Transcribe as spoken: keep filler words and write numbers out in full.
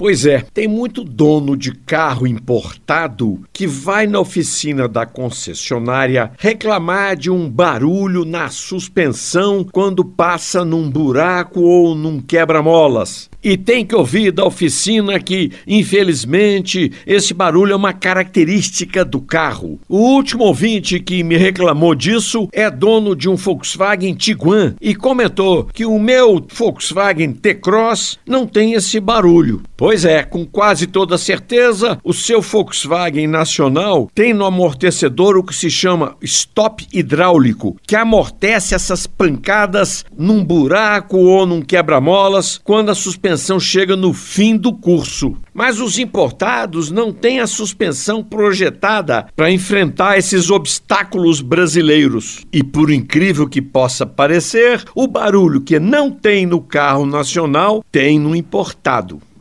Pois é, tem muito dono de carro importado que vai na oficina da concessionária reclamar de um barulho na suspensão quando passa num buraco ou num quebra-molas. E tem que ouvir da oficina que, infelizmente, esse barulho é uma característica do carro. O último ouvinte que me reclamou disso é dono de um Volkswagen Tiguan e comentou que o meu Volkswagen T-Cross não tem esse barulho. Pois é, com quase toda certeza, o seu Volkswagen nacional tem no amortecedor o que se chama stop hidráulico, que amortece essas pancadas num buraco ou num quebra-molas quando a suspensão chega no fim do curso. Mas os importados não têm a suspensão projetada para enfrentar esses obstáculos brasileiros. E por incrível que possa parecer, o barulho que não tem no carro nacional tem no importado.